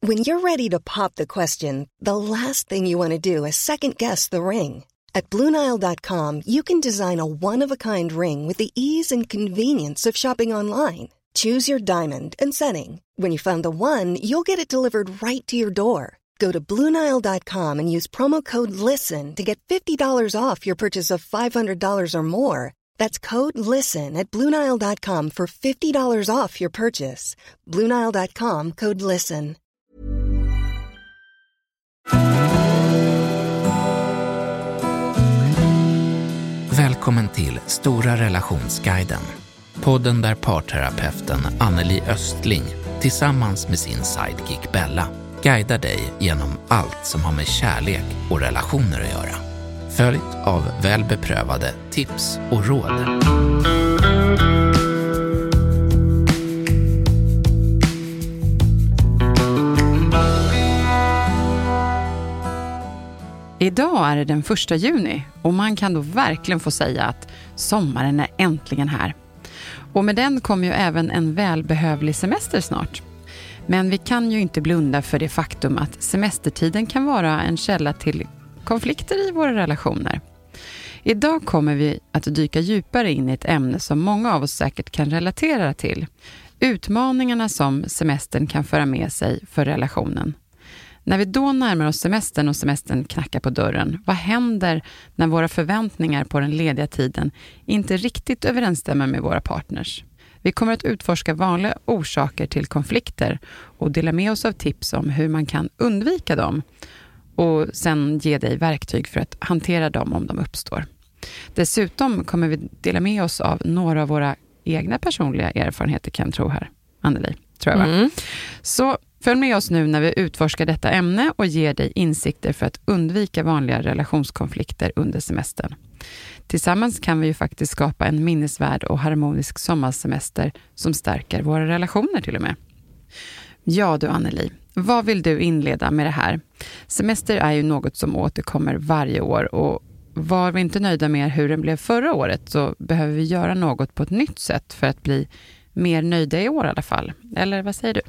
When you're ready to pop the question, the last thing you want to do is second-guess the ring. At BlueNile.com, you can design a one-of-a-kind ring with the ease and convenience of shopping online. Choose your diamond and setting. When you find the one, you'll get it delivered right to your door. Go to BlueNile.com and use promo code LISTEN to get $50 off your purchase of $500 or more. That's code LISTEN at BlueNile.com for $50 off your purchase. BlueNile.com, code LISTEN. Välkommen till Stora relationsguiden. Podden där parterapeuten Anneli Östling tillsammans med sin sidekick Bella guidar dig genom allt som har med kärlek och relationer att göra. Följt av välbeprövade tips och råd. Idag är det den 1 juni och man kan då verkligen få säga att sommaren är äntligen här. Och med den kommer ju även en välbehövlig semester snart. Men vi kan ju inte blunda för det faktum att semestertiden kan vara en källa till konflikter i våra relationer. Idag kommer vi att dyka djupare in i ett ämne som många av oss säkert kan relatera till. Utmaningarna som semestern kan föra med sig för relationen. När vi då närmar oss semestern och semestern knackar på dörren, vad händer när våra förväntningar på den lediga tiden inte riktigt överensstämmer med våra partners? Vi kommer att utforska vanliga orsaker till konflikter och dela med oss av tips om hur man kan undvika dem och sen ge dig verktyg för att hantera dem om de uppstår. Dessutom kommer vi dela med oss av några av våra egna personliga erfarenheter, kan jag tro här. Anneli, tror jag va? Så följ med oss nu när vi utforskar detta ämne och ger dig insikter för att undvika vanliga relationskonflikter under semestern. Tillsammans kan vi ju faktiskt skapa en minnesvärd och harmonisk sommarsemester som stärker våra relationer till och med. Ja du Anneli, vad vill du inleda med det här? Semester är ju något som återkommer varje år och var vi inte nöjda med hur den blev förra året så behöver vi göra något på ett nytt sätt för att bli mer nöjda i år i alla fall. Eller vad säger du?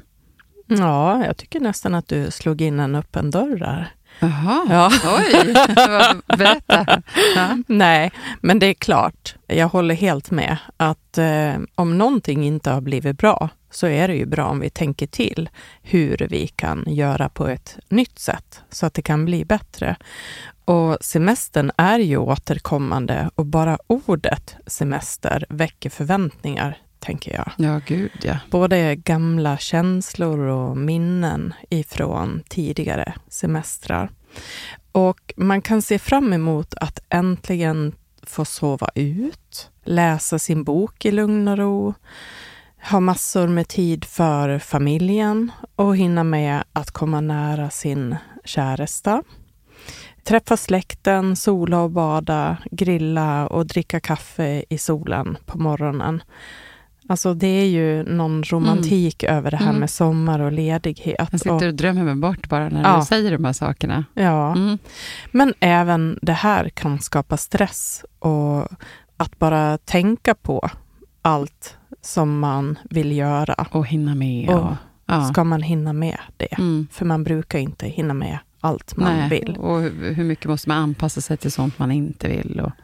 Ja, jag tycker nästan att du slog in en öppen dörr där. Jaha, ja. Oj, berätta. Ja. Nej, men det är klart. Jag håller helt med att om någonting inte har blivit bra så är det ju bra om vi tänker till hur vi kan göra på ett nytt sätt så att det kan bli bättre. Och semestern är ju återkommande och bara ordet semester väcker förväntningar, tänker jag. Ja, gud ja. Både gamla känslor och minnen ifrån tidigare semestrar. Och man kan se fram emot att äntligen få sova ut, läsa sin bok i lugn och ro, ha massor med tid för familjen och hinna med att komma nära sin käresta. Träffa släkten, sola och bada, grilla och dricka kaffe i solen på morgonen. Alltså det är ju någon romantik över det här med sommar och ledighet. Jag sitter och drömmer mig bort bara när du säger de här sakerna. Ja, men även det här kan skapa stress och att bara tänka på allt som man vill göra. Och hinna med. Och ska man hinna med det? För man brukar inte hinna med allt man vill. Och hur mycket måste man anpassa sig till sånt man inte vill? Och,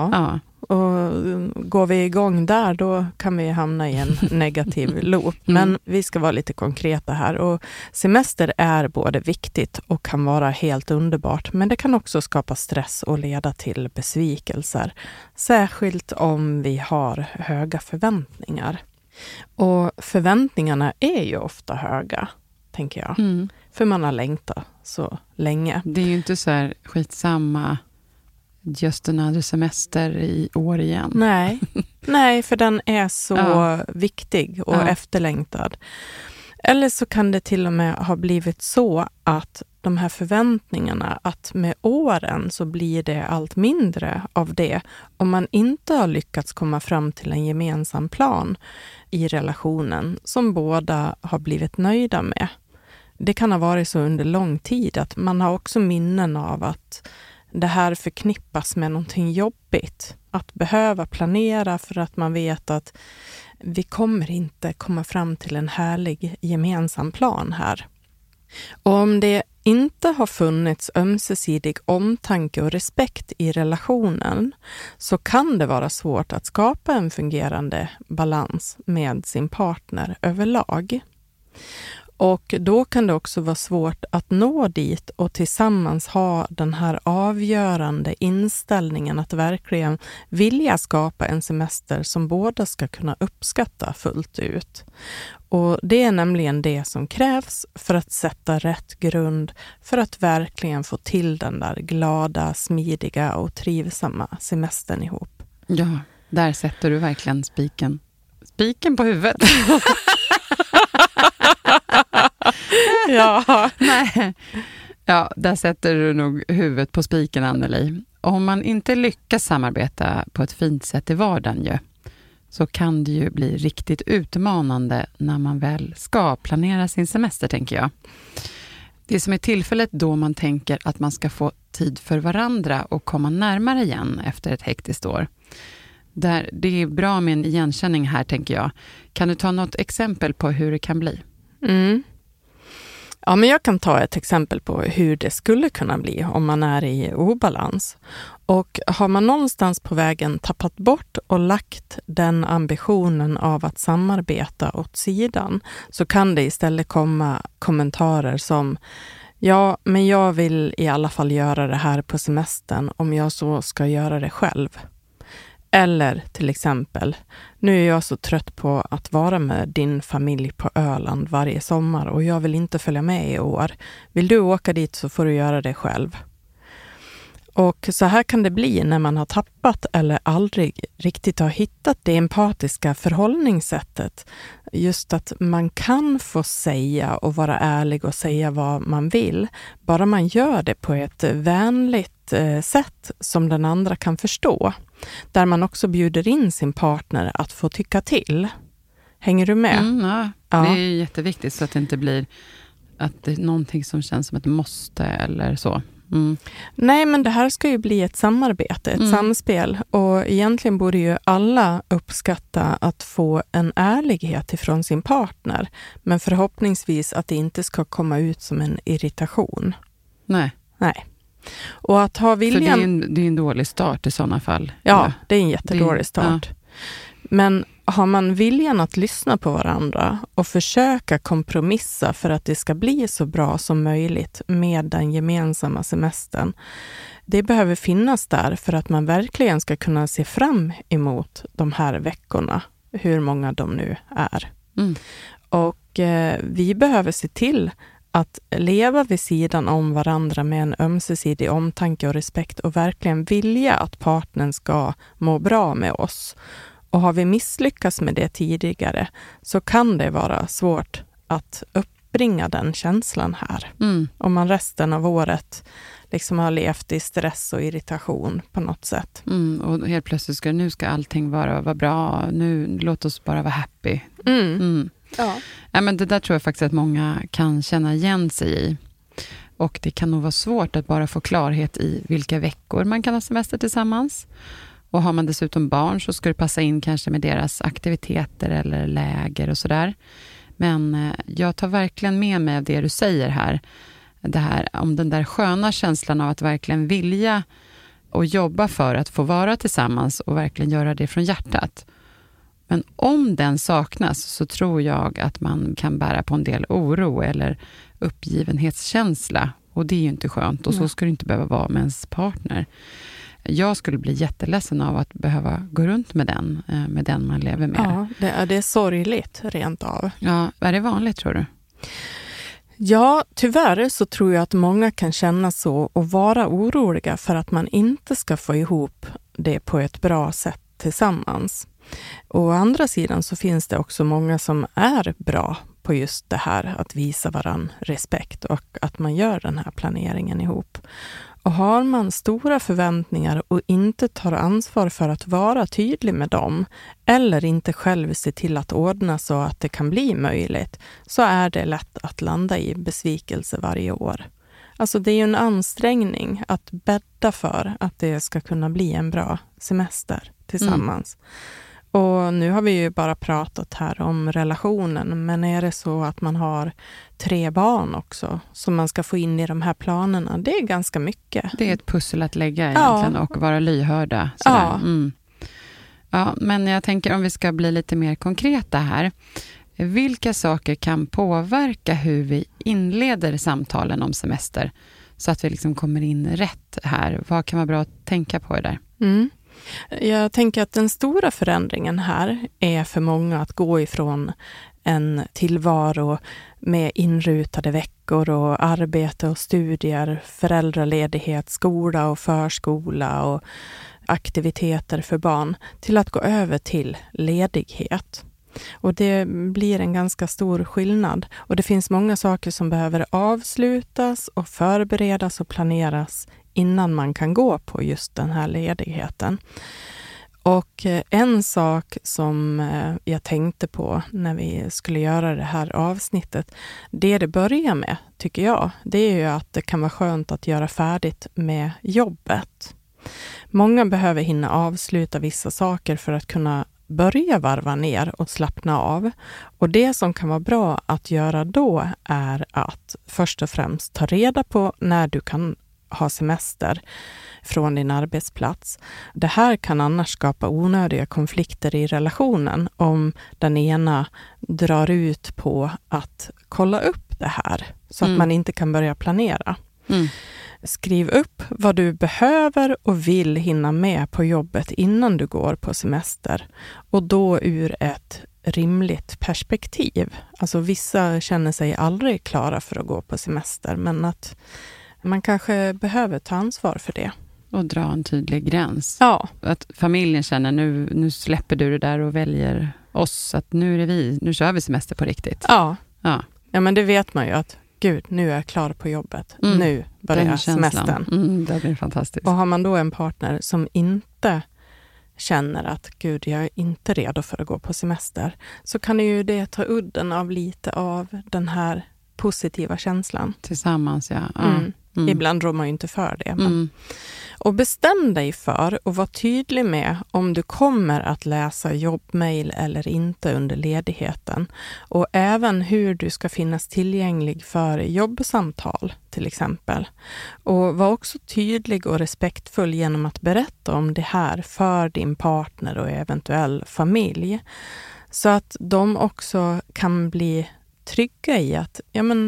och går vi igång där då kan vi hamna i en negativ loop. Men vi ska vara lite konkreta här. Och semester är både viktigt och kan vara helt underbart. Men det kan också skapa stress och leda till besvikelser. Särskilt om vi har höga förväntningar. Och förväntningarna är ju ofta höga, tänker jag. För man har längtat så länge. Det är ju inte så här skitsamma just another semester i år igen. Nej, för den är så viktig och efterlängtad. Eller så kan det till och med ha blivit så att de här förväntningarna, att med åren så blir det allt mindre av det. Om man inte har lyckats komma fram till en gemensam plan i relationen som båda har blivit nöjda med. Det kan ha varit så under lång tid att man har också minnen av att det här förknippas med någonting jobbigt. Att behöva planera för att man vet att vi kommer inte komma fram till en härlig gemensam plan här. Och om det inte har funnits ömsesidig omtanke och respekt i relationen så kan det vara svårt att skapa en fungerande balans med sin partner överlag. Och då kan det också vara svårt att nå dit och tillsammans ha den här avgörande inställningen att verkligen vilja skapa en semester som båda ska kunna uppskatta fullt ut. Och det är nämligen det som krävs för att sätta rätt grund för att verkligen få till den där glada, smidiga och trivsamma semestern ihop. Ja, där sätter du verkligen spiken på huvudet. Ja. Nej. Ja, där sätter du nog huvudet på spiken, Anneli. Om man inte lyckas samarbeta på ett fint sätt i vardagen ju, så kan det ju bli riktigt utmanande när man väl ska planera sin semester, tänker jag. Det som är tillfället då man tänker att man ska få tid för varandra och komma närmare igen efter ett hektiskt år. Där det är bra med en igenkänning här, tänker jag. Kan du ta något exempel på hur det kan bli? Ja, men jag kan ta ett exempel på hur det skulle kunna bli om man är i obalans. Och har man någonstans på vägen tappat bort och lagt den ambitionen av att samarbeta åt sidan, så kan det istället komma kommentarer som: ja, men jag vill i alla fall göra det här på semestern om jag så ska göra det själv. Eller till exempel: nu är jag så trött på att vara med din familj på Öland varje sommar och jag vill inte följa med i år. Vill du åka dit så får du göra det själv. Och så här kan det bli när man har tappat eller aldrig riktigt har hittat det empatiska förhållningssättet. Just att man kan få säga och vara ärlig och säga vad man vill, bara man gör det på ett vänligt sätt som den andra kan förstå. Där man också bjuder in sin partner att få tycka till. Hänger du med? Ja. Det är jätteviktigt så att det inte blir att det är någonting som känns som ett måste eller så. Nej, men det här ska ju bli ett samarbete, ett samspel. Och egentligen borde ju alla uppskatta att få en ärlighet ifrån sin partner. Men förhoppningsvis att det inte ska komma ut som en irritation. Nej. Och att ha viljan... För det är en dålig start i sådana fall. Ja, det är en jättedålig start. Ja. Men har man viljan att lyssna på varandra och försöka kompromissa för att det ska bli så bra som möjligt med den gemensamma semestern, det behöver finnas där för att man verkligen ska kunna se fram emot de här veckorna, hur många de nu är. Och vi behöver se till att leva vid sidan om varandra med en ömsesidig omtanke och respekt och verkligen vilja att partnern ska må bra med oss. Och har vi misslyckats med det tidigare så kan det vara svårt att uppbringa den känslan här. Om man resten av året liksom har levt i stress och irritation på något sätt. Och helt plötsligt nu ska allting vara bra. Nu låt oss bara vara happy. Ja, men det där tror jag faktiskt att många kan känna igen sig i. Och det kan nog vara svårt att bara få klarhet i vilka veckor man kan ha semester tillsammans. Och har man dessutom barn så ska det passa in kanske med deras aktiviteter eller läger och sådär. Men jag tar verkligen med mig av det du säger här. Det här om den där sköna känslan av att verkligen vilja och jobba för att få vara tillsammans och verkligen göra det från hjärtat. Men om den saknas så tror jag att man kan bära på en del oro eller uppgivenhetskänsla. Och det är ju inte skönt och så ska det inte behöva vara med ens partner. Jag skulle bli jätteledsen av att behöva gå runt med den man lever med. Ja, det är sorgligt rent av. Ja, är det vanligt tror du? Ja, tyvärr så tror jag att många kan känna så och vara oroliga för att man inte ska få ihop det på ett bra sätt tillsammans. Och å andra sidan så finns det också många som är bra på just det här att visa varann respekt och att man gör den här planeringen ihop. Och har man stora förväntningar och inte tar ansvar för att vara tydlig med dem eller inte själv se till att ordna så att det kan bli möjligt, så är det lätt att landa i besvikelse varje år. Alltså det är ju en ansträngning att bädda för att det ska kunna bli en bra semester tillsammans. Och nu har vi ju bara pratat här om relationen, men är det så att man har 3 barn också som man ska få in i de här planerna, det är ganska mycket. Det är ett pussel att lägga egentligen och vara lyhörda. Ja. Mm. Ja, men jag tänker om vi ska bli lite mer konkreta här. Vilka saker kan påverka hur vi inleder samtalen om semester så att vi liksom kommer in rätt här? Vad kan vara bra att tänka på där? Mm. Jag tänker att den stora förändringen här är för många att gå ifrån en tillvaro med inrutade veckor och arbete och studier, föräldraledighet, skola och förskola och aktiviteter för barn till att gå över till ledighet. Och det blir en ganska stor skillnad. Och det finns många saker som behöver avslutas och förberedas och planeras innan man kan gå på just den här ledigheten. Och en sak som jag tänkte på när vi skulle göra det här avsnittet, det börjar med, tycker jag, det är ju att det kan vara skönt att göra färdigt med jobbet. Många behöver hinna avsluta vissa saker för att kunna börja varva ner och slappna av. Och det som kan vara bra att göra då är att först och främst ta reda på när du kan ha semester från din arbetsplats. Det här kan annars skapa onödiga konflikter i relationen om den ena drar ut på att kolla upp det här så att man inte kan börja planera. Mm. Skriv upp vad du behöver och vill hinna med på jobbet innan du går på semester. Och då ur ett rimligt perspektiv. Alltså vissa känner sig aldrig klara för att gå på semester, men att man kanske behöver ta ansvar för det. Och dra en tydlig gräns. Ja. Att familjen känner nu släpper du det där och väljer oss. Att nu kör vi semester på riktigt. Ja, men det vet man ju att gud, nu är jag klar på jobbet. Nu börjar semestern. Det blir fantastiskt. Och har man då en partner som inte känner att gud, jag är inte redo för att gå på semester, så kan ju det ta udden av lite av den här positiva känslan. Tillsammans, ja. Ibland rår man ju inte för det. Men. Och bestäm dig för och var tydlig med om du kommer att läsa jobbmail eller inte under ledigheten. Och även hur du ska finnas tillgänglig för jobbsamtal till exempel. Och var också tydlig och respektfull genom att berätta om det här för din partner och eventuell familj. Så att de också kan bli trygga i att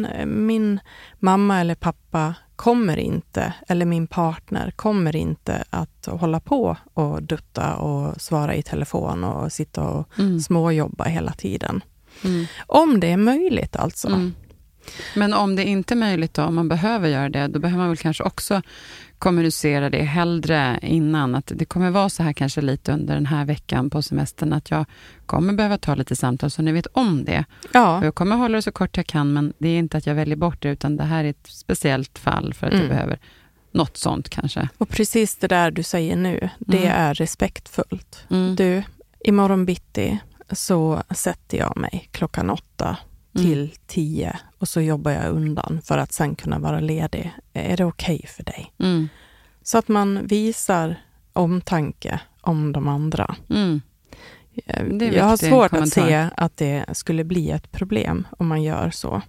min mamma eller pappa kommer inte, eller min partner kommer inte att hålla på och dutta och svara i telefon och sitta och småjobba hela tiden. Om det är möjligt alltså. Men om det inte är möjligt då, om man behöver göra det, då behöver man väl kanske också kommunicera det hellre innan. Att det kommer vara så här kanske lite under den här veckan på semestern att jag kommer behöva ta lite samtal så ni vet om det. Ja. Och jag kommer hålla det så kort jag kan, men det är inte att jag väljer bort det utan det här är ett speciellt fall för att jag behöver något sånt kanske. Och precis det där du säger nu, det är respektfullt. Du, imorgon bitti så sätter jag mig 8:00 till 10 och så jobbar jag undan för att sen kunna vara ledig. Är det okej för dig? Så att man visar omtanke om de andra. Jag har svårt att se att det skulle bli ett problem om man gör så.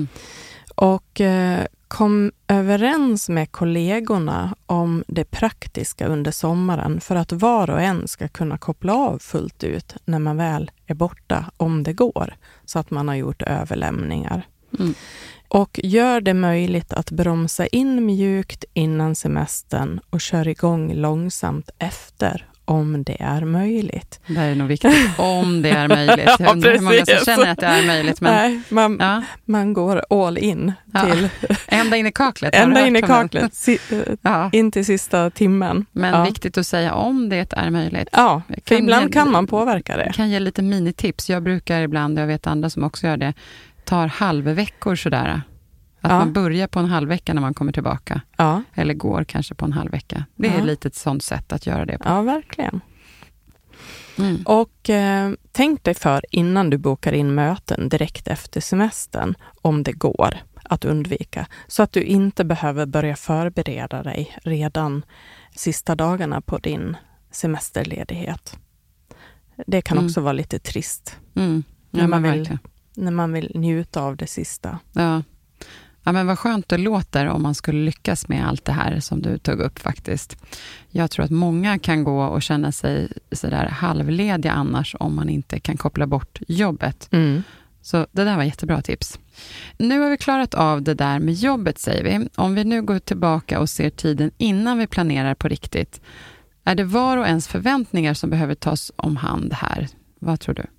Och kom överens med kollegorna om det praktiska under sommaren för att var och en ska kunna koppla av fullt ut när man väl är borta om det går. Så att man har gjort överlämningar. Och gör det möjligt att bromsa in mjukt innan semestern och kör igång långsamt efter om det är möjligt. Det är nog viktigt, om det är möjligt. Jag undrar hur många som känner att det är möjligt. Men, nej, man går all in. Till ända in i kaklet. Ända in i kaklet. In till sista timmen. Men viktigt att säga om det är möjligt. Ja, för ibland kan man påverka det. Kan ge lite minitips. Jag brukar ibland, jag vet andra som också gör det, tar halvveckor sådär. Att man börjar på en halvvecka när man kommer tillbaka. Eller går kanske på en halvvecka. Det är lite ett sånt sätt att göra det på. Ja, verkligen. Och tänk dig för innan du bokar in möten direkt efter semestern. Om det går att undvika. Så att du inte behöver börja förbereda dig redan sista dagarna på din semesterledighet. Det kan också vara lite trist. Ja, när man vill njuta av det sista. Ja. Ja, men vad skönt det låter om man skulle lyckas med allt det här som du tog upp faktiskt. Jag tror att många kan gå och känna sig sådär halvlediga annars om man inte kan koppla bort jobbet. Så det där var jättebra tips. Nu har vi klarat av det där med jobbet, säger vi. Om vi nu går tillbaka och ser tiden innan vi planerar på riktigt. Är det var och ens förväntningar som behöver tas om hand här? Vad tror du?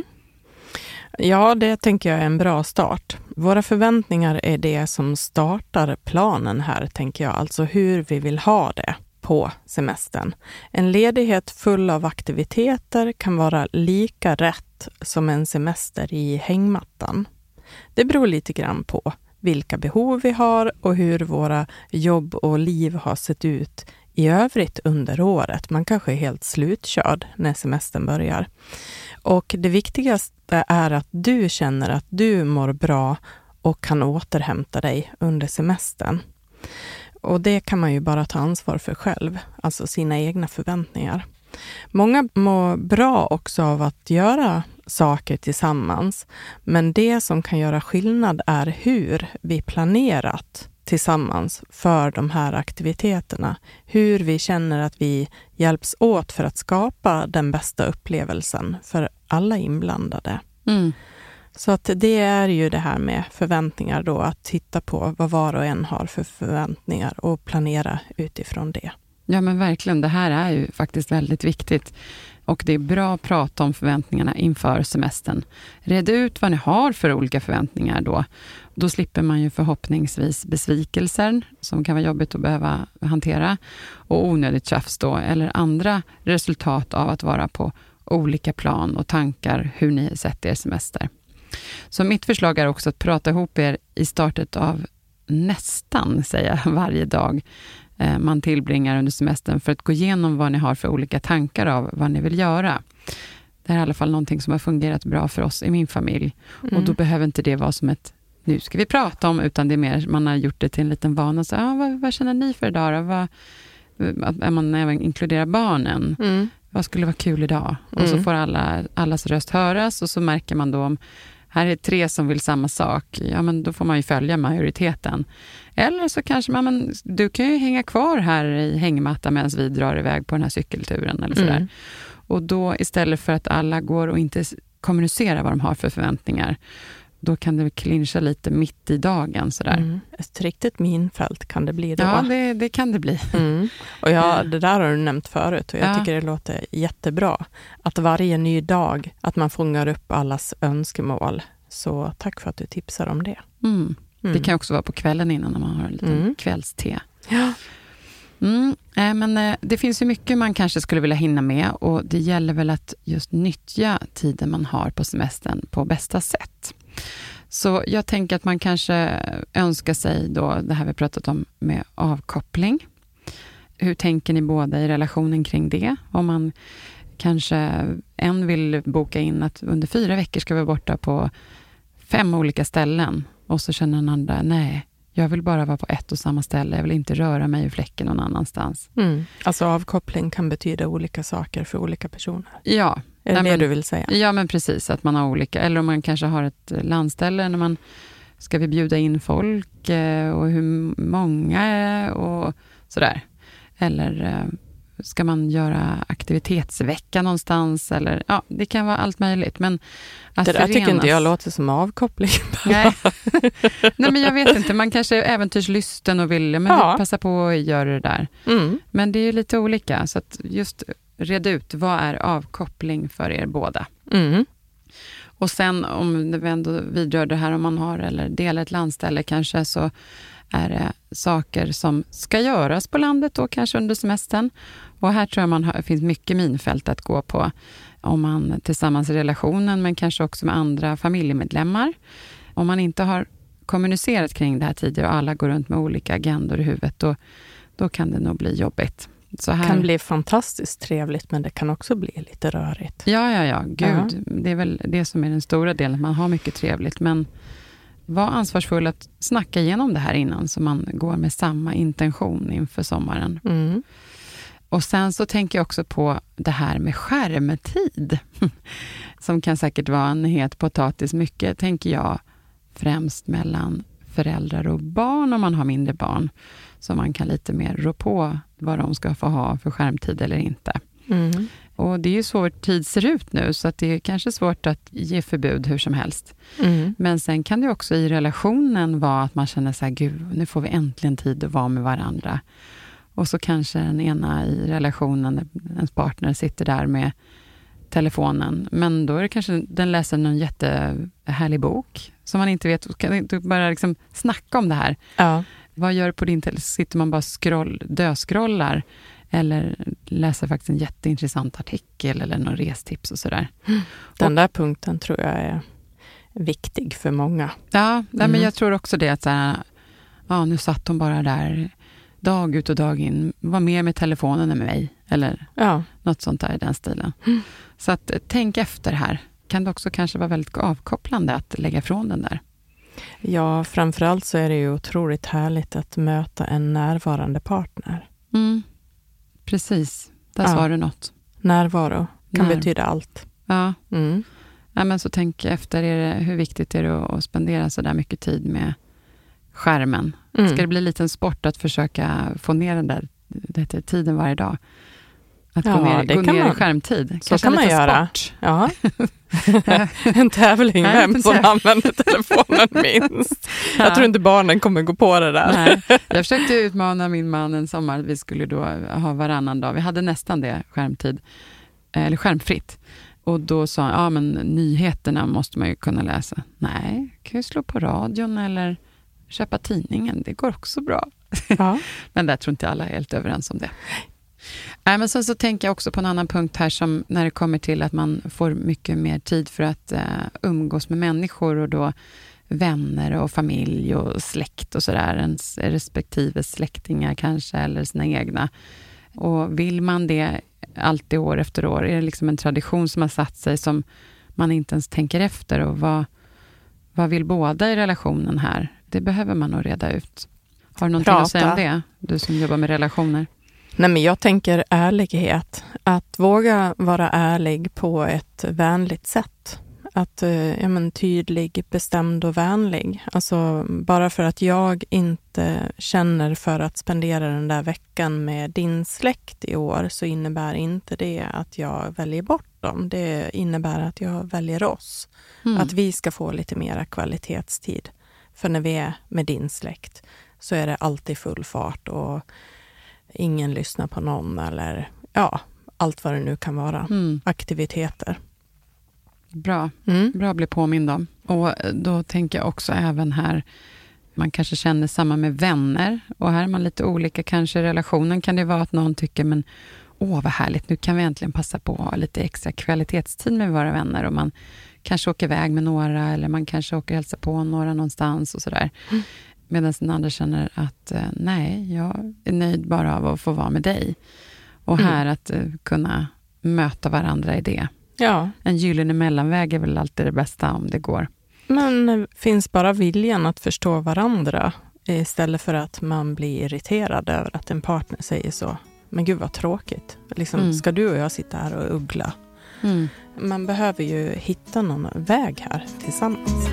Ja, det tänker jag är en bra start. Våra förväntningar är det som startar planen här, tänker jag. Alltså hur vi vill ha det på semestern. En ledighet full av aktiviteter kan vara lika rätt som en semester i hängmattan. Det beror lite grann på vilka behov vi har och hur våra jobb och liv har sett ut i övrigt under året. Man kanske är helt slutkörd när semestern börjar. Och det viktigaste är att du känner att du mår bra och kan återhämta dig under semestern. Och det kan man ju bara ta ansvar för själv, alltså sina egna förväntningar. Många mår bra också av att göra saker tillsammans, men det som kan göra skillnad är hur vi planerat tillsammans för de här aktiviteterna. Hur vi känner att vi hjälps åt för att skapa den bästa upplevelsen för alla inblandade. Så att det är ju det här med förväntningar då, att titta på vad var och en har för förväntningar och planera utifrån det. Ja, men verkligen, det här är ju faktiskt väldigt viktigt. Och det är bra att prata om förväntningarna inför semestern. Red ut vad ni har för olika förväntningar då. Då slipper man ju förhoppningsvis besvikelser som kan vara jobbigt att behöva hantera. Och onödigt tjafs då, eller andra resultat av att vara på olika plan och tankar hur ni sätter er semester. Så mitt förslag är också att prata ihop er i startet av nästan, säger jag, varje dag man tillbringar under semestern för att gå igenom vad ni har för olika tankar av vad ni vill göra. Det är i alla fall någonting som har fungerat bra för oss i min familj. Och då behöver inte det vara som ett nu ska vi prata om, utan det är mer man har gjort det till en liten vana. Så, vad känner ni för idag då? Att man även inkluderar barnen. Vad skulle vara kul idag? Och så får allas röst höras och så märker man då om här är 3 som vill samma sak. Ja, men då får man ju följa majoriteten. Eller så kanske du kan ju hänga kvar här i hängmattan medan vi drar iväg på den här cykelturen eller sådär. Och då istället för att alla går och inte kommunicerar vad de har för förväntningar, då kan det clincha lite mitt i dagen sådär. Ett riktigt minfält kan det bli då. Ja, det kan det bli. Och det där har du nämnt förut och jag tycker det låter jättebra. Att varje ny dag, att man fångar upp allas önskemål. Så tack för att du tipsar om det. Det kan också vara på kvällen innan när man har en liten kvällste. Ja. Men det finns ju mycket man kanske skulle vilja hinna med och det gäller väl att just nyttja tiden man har på semestern på bästa sätt. Så jag tänker att man kanske önskar sig då det här vi pratat om med avkoppling. Hur tänker ni båda i relationen kring det? Om man kanske en vill boka in att under 4 veckor ska vi vara borta på 5 olika ställen och så känner den andra, nej, jag vill bara vara på ett och samma ställe. Jag vill inte röra mig i fläcken någon annanstans. Alltså avkoppling kan betyda olika saker för olika personer. Ja. Är det du vill säga? Ja, men precis. Att man har olika. Eller om man kanske har ett landställe när man ska vi bjuda in folk och hur många och sådär. Eller ska man göra aktivitetsvecka någonstans? Eller, ja, det kan vara allt möjligt. Men att det där tycker inte jag låter som avkoppling. Nej. Nej, men jag vet inte. Man kanske är äventyrslysten och vill passa på att göra det där. Men det är ju lite olika. Så att just red ut, vad är avkoppling för er båda? Och sen om vi ändå vidrör det här om man har eller delar ett landställe kanske, så är det saker som ska göras på landet då kanske under semestern. Och här tror jag det finns mycket minfält att gå på om man tillsammans i relationen men kanske också med andra familjemedlemmar. Om man inte har kommunicerat kring det här tidigare och alla går runt med olika agendor i huvudet, då kan det nog bli jobbigt. Så här... Det kan bli fantastiskt trevligt, men det kan också bli lite rörigt. Ja. Gud, det är väl det som är den stora delen. Man har mycket trevligt, men var ansvarsfull att snacka igenom det här innan så man går med samma intention inför sommaren. Och sen så tänker jag också på det här med skärmtid. Som kan säkert vara en het potatis. Mycket tänker jag främst mellan föräldrar och barn om man har mindre barn. Så man kan lite mer rå på vad de ska få ha för skärmtid eller inte. Mm. Och det är ju så vår tid ser ut nu, så att det är kanske svårt att ge förbud hur som helst. Mm. Men sen kan det också i relationen vara att man känner så här, gud, nu får vi äntligen tid att vara med varandra. Och så kanske den ena i relationen, ens partner, sitter där med telefonen. Men då är det kanske, den läser någon jättehärlig bok som man inte vet, kan du bara liksom snacka om det här. Ja. Vad gör du på din telefon? Sitter man bara döscrollar? Eller läser faktiskt en jätteintressant artikel eller någon restips och sådär. Den där punkten tror jag är viktig för många. Ja, men jag tror också det. Att så här, ja, nu satt hon bara där dag ut och dag in. Var mer med telefonen än med mig. Eller något sånt där i den stilen. Så att tänk efter här. Kan det också kanske vara väldigt avkopplande att lägga ifrån den där? Ja, framförallt så är det ju otroligt härligt att möta en närvarande partner. Precis, där sa du något. Närvaro kan betyda allt. Ja. Mm. Ja, men så tänk efter, hur viktigt är det att spendera så där mycket tid med skärmen? Ska det bli en liten sport att försöka få ner den där tiden varje dag? Att gå ner i skärmtid. Så kan man göra. Sport. Ja. En tävling, vem som använder telefonen minst. Ja. Jag tror inte barnen kommer gå på det där. Nej. Jag försökte utmana min man en sommar. Vi skulle då ha varannan dag. Vi hade nästan det skärmtid. Eller skärmfritt. Och då sa han, men nyheterna måste man ju kunna läsa. Nej, kan ju slå på radion eller köpa tidningen. Det går också bra. Ja. Men där tror inte alla är helt överens om det. Nej, men sen så tänker jag också på en annan punkt här som när det kommer till att man får mycket mer tid för att umgås med människor och då vänner och familj och släkt och sådär, ens respektive släktingar kanske eller sina egna. Och vill man det alltid år efter år, är det liksom en tradition som har satt sig som man inte ens tänker efter och vad vill båda i relationen här? Det behöver man nog reda ut. Har du någonting att säga om det? Du som jobbar med relationer. Nej, men jag tänker ärlighet. Att våga vara ärlig på ett vänligt sätt. Att tydlig, bestämd och vänlig. Alltså bara för att jag inte känner för att spendera den där veckan med din släkt i år så innebär inte det att jag väljer bort dem. Det innebär att jag väljer oss. Att vi ska få lite mera kvalitetstid. För när vi är med din släkt så är det alltid full fart och ingen lyssnar på någon eller allt vad det nu kan vara. Aktiviteter. Bra. Bra att bli påmind om. Och då tänker jag också även här, man kanske känner samma med vänner och här är man lite olika kanske i relationen. Kan det vara att någon tycker, men vad härligt, nu kan vi äntligen passa på att ha lite extra kvalitetstid med våra vänner och man kanske åker iväg med några eller man kanske åker hälsa på några någonstans och sådär. Medan den andra känner att nej, jag är nöjd bara av att få vara med dig. Och här att kunna möta varandra i det. Ja. En gyllene mellanväg är väl alltid det bästa om det går. Men finns bara viljan att förstå varandra istället för att man blir irriterad över att en partner säger så. Men gud vad tråkigt. Liksom, ska du och jag sitta här och uggla? Man behöver ju hitta någon väg här tillsammans.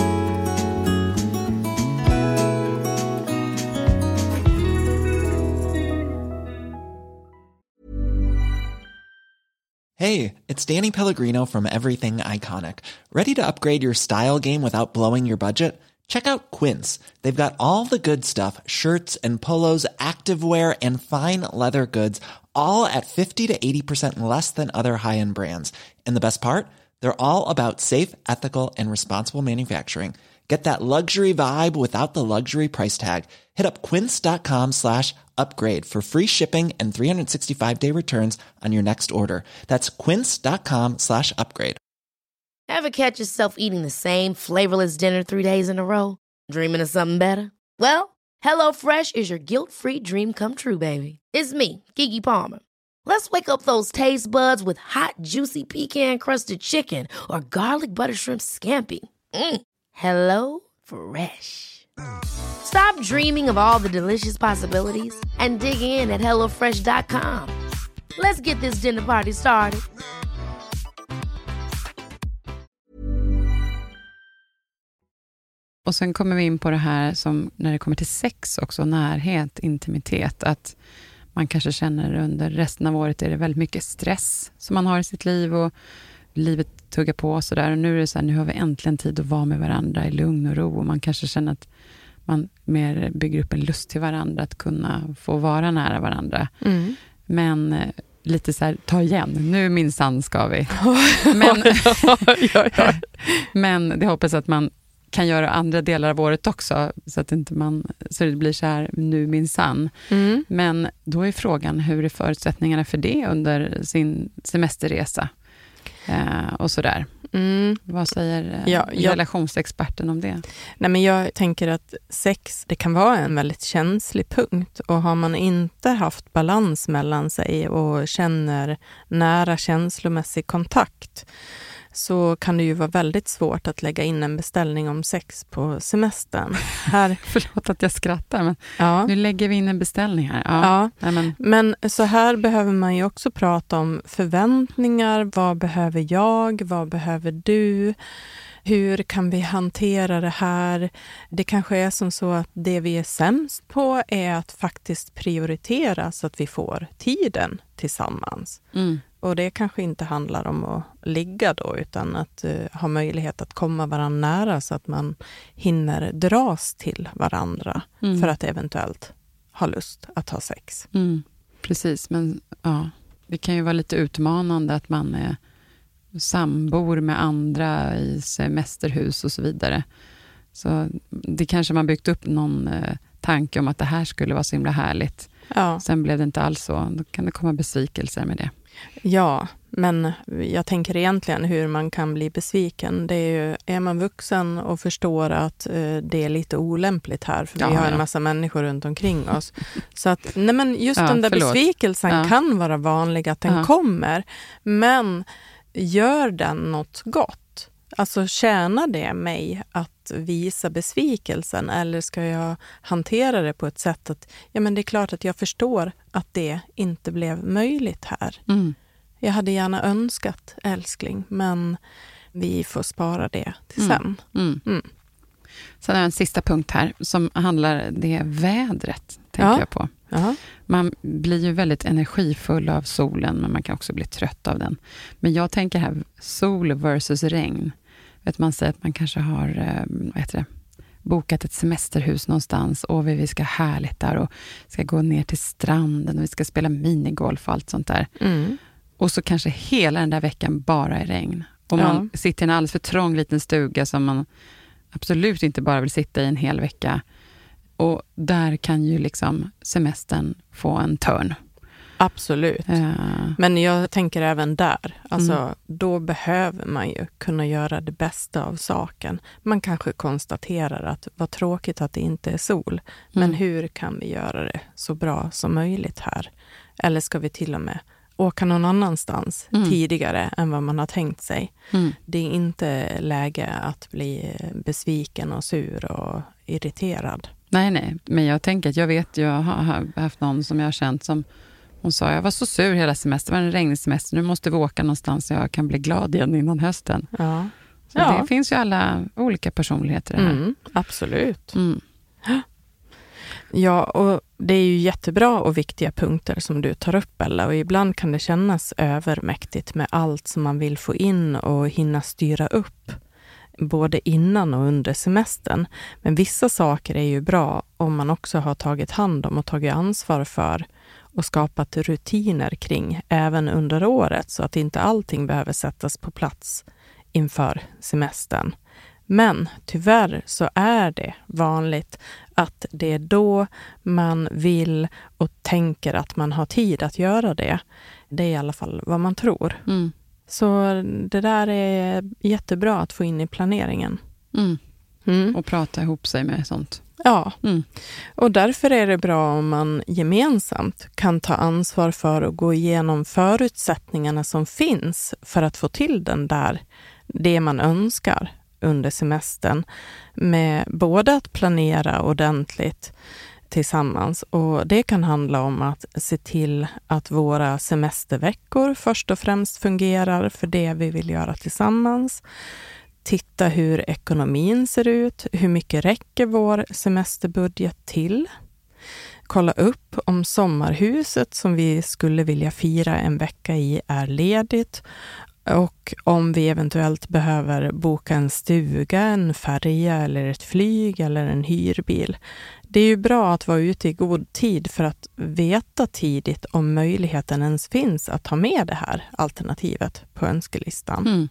Hey, it's Danny Pellegrino from Everything Iconic. Ready to upgrade your style game without blowing your budget? Check out Quince. They've got all the good stuff, shirts and polos, activewear, and fine leather goods, all at 50 to 80% less than other high-end brands. And the best part? They're all about safe, ethical, and responsible manufacturing. Get that luxury vibe without the luxury price tag. Hit up quince.com/upgrade for free shipping and 365-day returns on your next order. That's quince.com/upgrade. Ever catch yourself eating the same flavorless dinner 3 days in a row? Dreaming of something better? Well, HelloFresh is your guilt-free dream come true, baby. It's me, Keke Palmer. Let's wake up those taste buds with hot, juicy pecan-crusted chicken or garlic butter shrimp scampi. Hello Fresh. Stop dreaming of all the delicious possibilities and dig in at HelloFresh.com. Let's get this dinner party started. Och sen kommer vi in på det här som när det kommer till sex också, närhet, intimitet, att man kanske känner under resten av året är det väldigt mycket stress som man har i sitt liv och livet tuggar på och sådär. Och nu är det så här, nu har vi äntligen tid att vara med varandra i lugn och ro och man kanske känner att man mer bygger upp en lust till varandra att kunna få vara nära varandra. Mm. Men lite så här, ta igen, nu minsann ska vi. Men det hoppas att man kan göra andra delar av året också så att inte så det blir så här nu minsann. Mm. Men då är frågan, hur är förutsättningarna för det under sin semesterresa? Och sådär. Mm. Vad säger relationsexperten om det? Nej, men jag tänker att sex, det kan vara en väldigt känslig punkt och har man inte haft balans mellan sig och känner nära känslomässig kontakt så kan det ju vara väldigt svårt att lägga in en beställning om sex på semestern. Förlåt att jag skrattar, men nu lägger vi in en beställning här. Ja. Men så här behöver man ju också prata om förväntningar. Vad behöver jag? Vad behöver du? Hur kan vi hantera det här? Det kanske är som så att det vi är sämst på är att faktiskt prioritera så att vi får tiden tillsammans. Mm. Och det kanske inte handlar om att ligga då, utan att ha möjlighet att komma varandra nära så att man hinner dras till varandra för att eventuellt ha lust att ha sex. Mm. Precis, men det kan ju vara lite utmanande att man är sambor med andra i semesterhus och så vidare. Så det kanske man byggt upp någon tanke om att det här skulle vara så himla härligt. Ja. Sen blev det inte alls så. Då kan det komma besvikelser med det. Ja, men jag tänker egentligen hur man kan bli besviken. Det är ju, är man vuxen och förstår att det är lite olämpligt här, för vi har en massa människor runt omkring oss. Så att, nej men just den där besvikelsen kan vara vanlig att den kommer, men gör den något gott? Alltså tjänar det mig att visa besvikelsen, eller ska jag hantera det på ett sätt att men det är klart att jag förstår att det inte blev möjligt här. Mm. Jag hade gärna önskat, älskling, men vi får spara det till sen. Sen är en sista punkt här som handlar det vädret, tänker jag på. Aha. Man blir ju väldigt energifull av solen, men man kan också bli trött av den. Men jag tänker här, sol versus regn. Vet man säger att man kanske har bokat ett semesterhus någonstans och vi ska härligt där och ska gå ner till stranden och vi ska spela minigolf och allt sånt där. Mm. Och så kanske hela den där veckan bara är regn. Och man sitter i en alldeles för trång liten stuga som man absolut inte bara vill sitta i en hel vecka. Och där kan ju liksom semestern få en törn. Absolut. Men jag tänker även där. Alltså, då behöver man ju kunna göra det bästa av saken. Man kanske konstaterar att vad tråkigt att det inte är sol. Men hur kan vi göra det så bra som möjligt här? Eller ska vi till och med åka någon annanstans tidigare än vad man har tänkt sig? Det är inte läge att bli besviken och sur och irriterad. Nej. Men jag tänker att jag har haft någon som jag har känt som hon sa, jag var så sur hela semestern, det var en regnig semester, nu måste vi åka någonstans så jag kan bli glad igen innan hösten. Ja. Så det finns ju alla olika personligheter här. Absolut. Ja, och det är ju jättebra och viktiga punkter som du tar upp, Ella, och ibland kan det kännas övermäktigt med allt som man vill få in och hinna styra upp, både innan och under semestern. Men vissa saker är ju bra om man också har tagit hand om och tagit ansvar för och skapat rutiner kring även under året, så att inte allting behöver sättas på plats inför semestern. Men tyvärr så är det vanligt att det är då man vill och tänker att man har tid att göra det. Det är i alla fall vad man tror. Så det där är jättebra att få in i planeringen. Och prata ihop sig med sånt. Ja, och därför är det bra om man gemensamt kan ta ansvar för att gå igenom förutsättningarna som finns för att få till det man önskar under semestern, med både att planera ordentligt, tillsammans. Och det kan handla om att se till att våra semesterveckor först och främst fungerar för det vi vill göra tillsammans. Titta hur ekonomin ser ut, hur mycket räcker vår semesterbudget till. Kolla upp om sommarhuset som vi skulle vilja fira en vecka i är ledigt och om vi eventuellt behöver boka en stuga, en färja eller ett flyg eller en hyrbil. Det är ju bra att vara ute i god tid för att veta tidigt om möjligheten ens finns att ta med det här alternativet på önskelistan. Mm.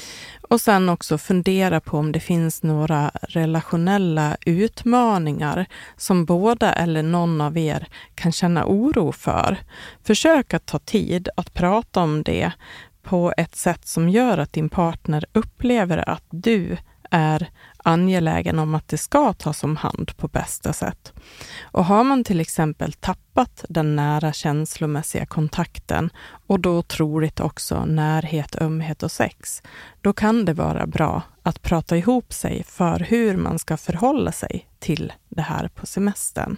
Och sen också fundera på om det finns några relationella utmaningar som båda eller någon av er kan känna oro för. Försök att ta tid att prata om det på ett sätt som gör att din partner upplever att du är angelägen om att det ska tas om hand på bästa sätt. Och har man till exempel tappat den nära känslomässiga kontakten och då troligt också närhet, ömhet och sex, då kan det vara bra att prata ihop sig för hur man ska förhålla sig till det här på semestern.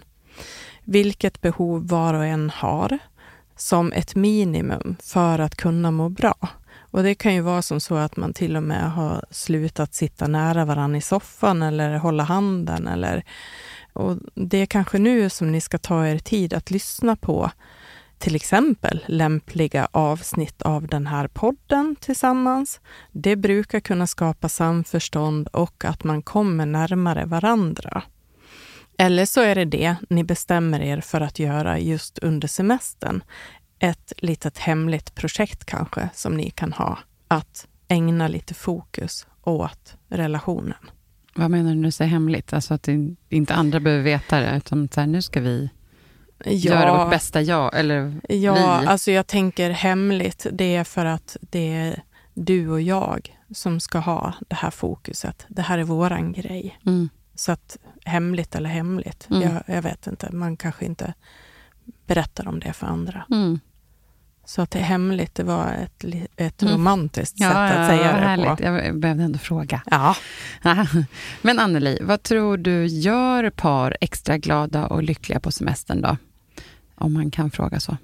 Vilket behov var och en har som ett minimum för att kunna må bra. Och det kan ju vara som så att man till och med har slutat sitta nära varandra i soffan eller hålla handen. Och det är kanske nu som ni ska ta er tid att lyssna på till exempel lämpliga avsnitt av den här podden tillsammans. Det brukar kunna skapa samförstånd och att man kommer närmare varandra. Eller så är det ni bestämmer er för att göra just under semestern. Ett litet hemligt projekt kanske som ni kan ha. Att ägna lite fokus åt relationen. Vad menar du när du säger hemligt? Alltså att inte andra behöver veta det. Utan så här, nu ska vi göra vårt bästa eller vi. Alltså jag tänker hemligt. Det är för att det är du och jag som ska ha det här fokuset. Det här är våran grej. Mm. Så att hemligt eller hemligt. Jag vet inte. Man kanske inte berättar om det för andra. Mm. Så att det är hemligt, det var ett romantiskt sätt att säga det härligt. På. Jag behövde ändå fråga. Ja. Men Anneli, vad tror du gör par extra glada och lyckliga på semestern då? Om man kan fråga så.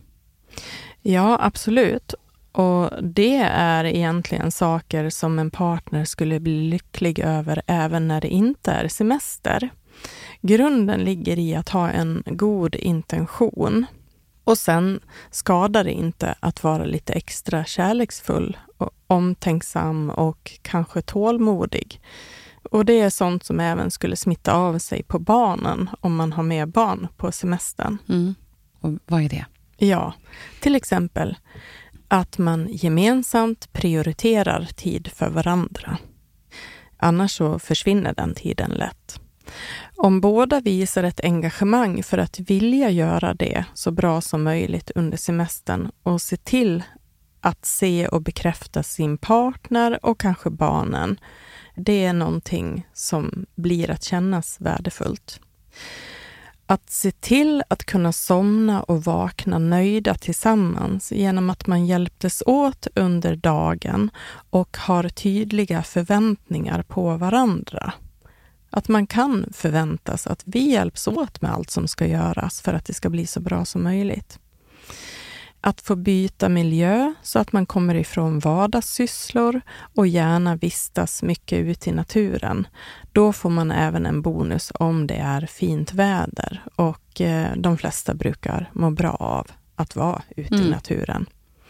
Ja, absolut. Och det är egentligen saker som en partner skulle bli lycklig över även när det inte är semester. Grunden ligger i att ha en god intention. Och sen skadar det inte att vara lite extra kärleksfull och omtänksam och kanske tålmodig. Och det är sånt som även skulle smitta av sig på barnen om man har med barn på semestern. Mm. Och vad är det? Ja, till exempel att man gemensamt prioriterar tid för varandra. Annars så försvinner den tiden lätt. Om båda visar ett engagemang för att vilja göra det så bra som möjligt under semestern och se till att se och bekräfta sin partner och kanske barnen, det är någonting som blir att kännas värdefullt. Att se till att kunna somna och vakna nöjda tillsammans genom att man hjälptes åt under dagen och har tydliga förväntningar på varandra. Att man kan förväntas att vi hjälps åt med allt som ska göras för att det ska bli så bra som möjligt. Att få byta miljö så att man kommer ifrån vardagssysslor och gärna vistas mycket ute i naturen. Då får man även en bonus om det är fint väder och de flesta brukar må bra av att vara ute i naturen.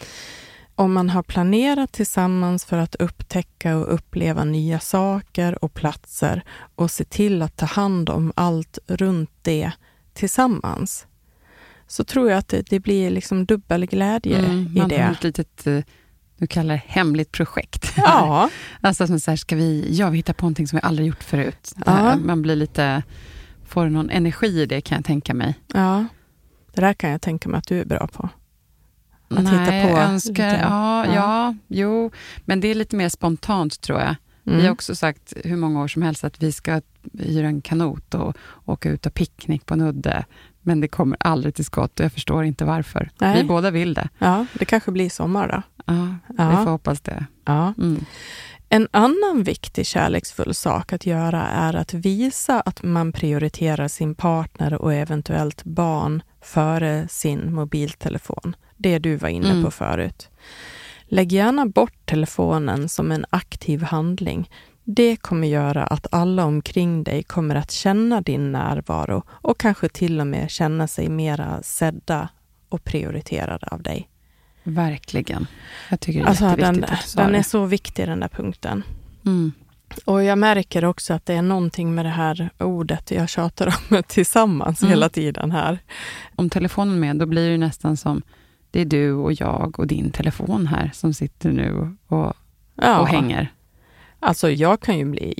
Om man har planerat tillsammans för att upptäcka och uppleva nya saker och platser och se till att ta hand om allt runt det tillsammans, så tror jag att det blir liksom dubbel glädje i det. Man har ett litet, du kallar det hemligt projekt. Ja. Alltså som så här, vi hittar på någonting som vi aldrig gjort förut. Ja. Man blir lite, får någon energi i det kan jag tänka mig. Ja, det där kan jag tänka mig att du är bra på. Att hitta på jag önskar, jo, men det är lite mer spontant tror jag. Vi har också sagt hur många år som helst att vi ska hyra en kanot och åka ut och picknick på en udde. Men det kommer aldrig till skott och jag förstår inte varför. Nej. Vi båda vill det. Ja, det kanske blir sommar då. Ja, vi får hoppas det. Ja. En annan viktig kärleksfull sak att göra är att visa att man prioriterar sin partner och eventuellt barn före sin mobiltelefon. Det du var inne på förut. Lägg gärna bort telefonen som en aktiv handling. Det kommer göra att alla omkring dig kommer att känna din närvaro och kanske till och med känna sig mera sedda och prioriterade av dig. Verkligen. Jag tycker det är jätteviktigt att den är så viktig, den där punkten. Och jag märker också att det är någonting med det här ordet jag tjatar om tillsammans hela tiden här. Om telefonen med, då blir det nästan som det är du och jag och din telefon här som sitter nu och hänger. Alltså jag kan ju bli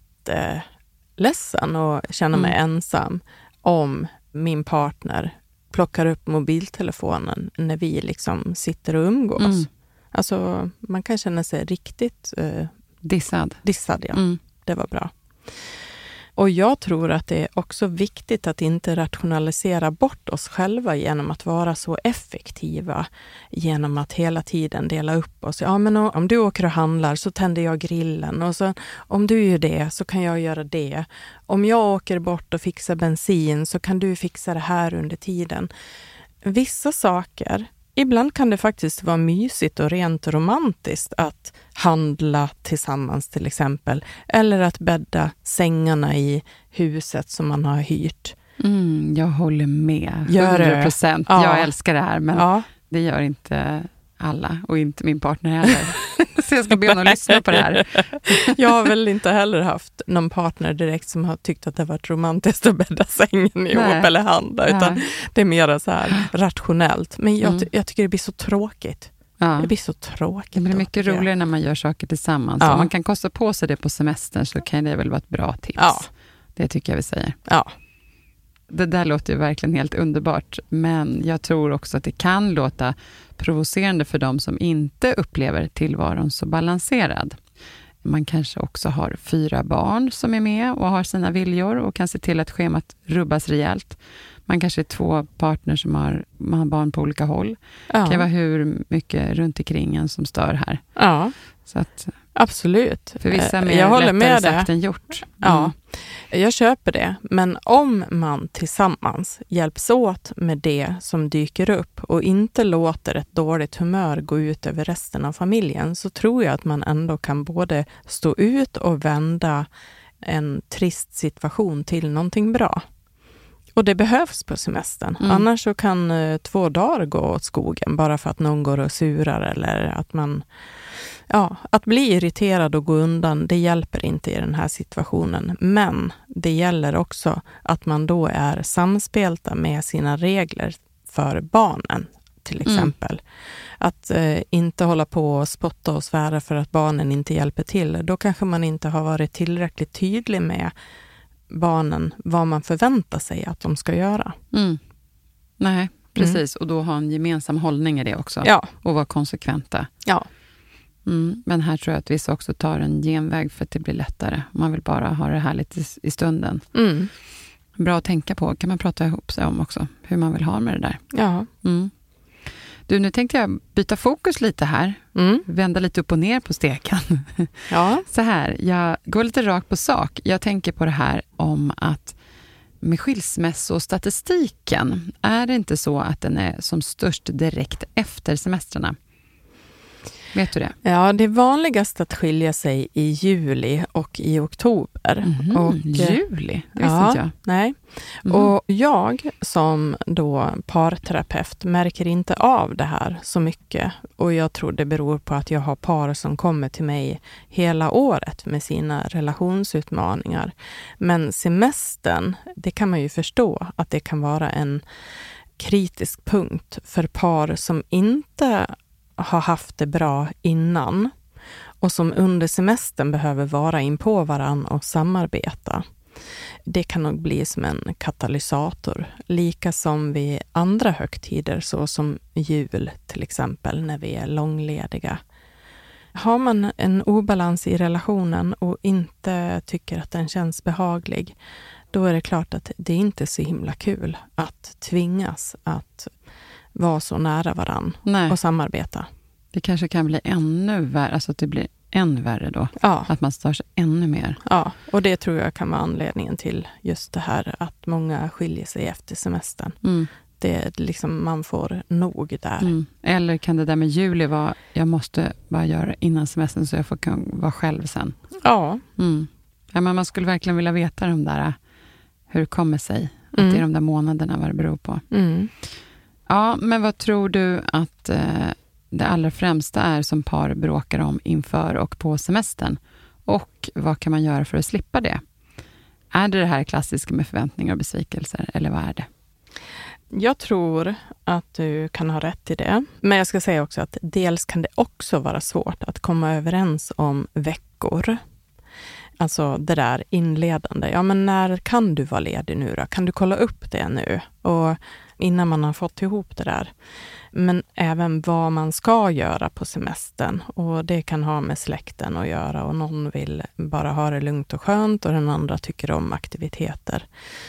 jätteledsen och känna mig ensam om min partner plockar upp mobiltelefonen när vi liksom sitter och umgås. Alltså man kan känna sig riktigt dissad, ja. Det var bra. Och jag tror att det är också viktigt att inte rationalisera bort oss själva genom att vara så effektiva, genom att hela tiden dela upp oss. Ja, men om du åker och handlar så tänder jag grillen, och så om du gör det så kan jag göra det. Om jag åker bort och fixar bensin så kan du fixa det här under tiden. Vissa saker, ibland kan det faktiskt vara mysigt och rent romantiskt att handla tillsammans till exempel. Eller att bädda sängarna i huset som man har hyrt. Jag håller med. 100%. Ja. Jag älskar det här, men det gör inte alla och inte min partner heller. Så jag ska be honom lyssna på det här. Jag har väl inte heller haft någon partner direkt som har tyckt att det har varit romantiskt att bädda sängen ihop eller handla, utan det är mer så här rationellt. Men jag tycker det blir så tråkigt. Det blir så tråkigt. Det blir mycket roligare när man gör saker tillsammans. Om man kan kosta på sig det på semestern så kan det väl vara ett bra tips. Ja. Det tycker jag vi säger. Ja. Det där låter ju verkligen helt underbart, men jag tror också att det kan låta provocerande för dem som inte upplever tillvaron så balanserad. Man kanske också har 4 barn som är med och har sina viljor och kan se till att schemat rubbas rejält. Man kanske är 2 partners som man har barn på olika håll. Det kan vara hur mycket runt omkring en som stör här. Ja, så att, absolut. För vissa är jag håller med sagt än gjort. Ja, jag köper det. Men om man tillsammans hjälps åt med det som dyker upp och inte låter ett dåligt humör gå ut över resten av familjen, så tror jag att man ändå kan både stå ut och vända en trist situation till någonting bra. Och det behövs på semestern. Annars så kan 2 dagar gå åt skogen bara för att någon går och surar, eller att man... Ja, att bli irriterad och gå undan, det hjälper inte i den här situationen. Men det gäller också att man då är samspelta med sina regler för barnen, till exempel. Att inte hålla på och spotta och svära för att barnen inte hjälper till. Då kanske man inte har varit tillräckligt tydlig med barnen vad man förväntar sig att de ska göra. Nej, precis. Och då ha en gemensam hållning i det också. Ja. Och vara konsekventa. Ja. Men här tror jag att vissa också tar en genväg för att det blir lättare. Man vill bara ha det här lite i stunden. Bra att tänka på. Kan man prata ihop sig om också hur man vill ha med det där. Ja. Du, nu tänkte jag byta fokus lite här. Vända lite upp och ner på steken. Ja. Så här, jag går lite rakt på sak. Jag tänker på det här om att med skilsmässostatistiken, är det inte så att den är som störst direkt efter semestrarna? Vet du det? Ja, det är vanligast att skilja sig i juli och i oktober. Och, juli? Det visste inte jag. Nej. Och jag som då parterapeut märker inte av det här så mycket. Och jag tror det beror på att jag har par som kommer till mig hela året med sina relationsutmaningar. Men semestern, det kan man ju förstå att det kan vara en kritisk punkt för par som inte har haft det bra innan och som under semestern behöver vara in på varann och samarbeta. Det kan nog bli som en katalysator, lika som vid andra högtider, så som jul till exempel, när vi är långlediga. Har man en obalans i relationen och inte tycker att den känns behaglig, då är det klart att det inte är så himla kul att tvingas att vara så nära varann och samarbeta. Det kanske kan bli ännu värre, alltså att det blir än värre då. Ja. Att man stör sig ännu mer. Ja, och det tror jag kan vara anledningen till just det här att många skiljer sig efter semestern. Det är liksom, man får nog där. Eller kan det där med juli vara, jag måste bara göra innan semestern så jag får vara själv sen. Ja. Ja, men man skulle verkligen vilja veta de där, hur det kommer sig. Att det är de där månaderna, vad det beror på. Ja, men vad tror du att det allra främsta är som par bråkar om inför och på semestern? Och vad kan man göra för att slippa det? Är det här klassiska med förväntningar och besvikelser, eller vad är det? Jag tror att du kan ha rätt i det. Men jag ska säga också att dels kan det också vara svårt att komma överens om veckor. Alltså det där inledande. Ja, men när kan du vara ledig nu då? Kan du kolla upp det nu? Och innan man har fått ihop det där. Men även vad man ska göra på semestern. Och det kan ha med släkten att göra. Och någon vill bara ha det lugnt och skönt och den andra tycker om aktiviteter.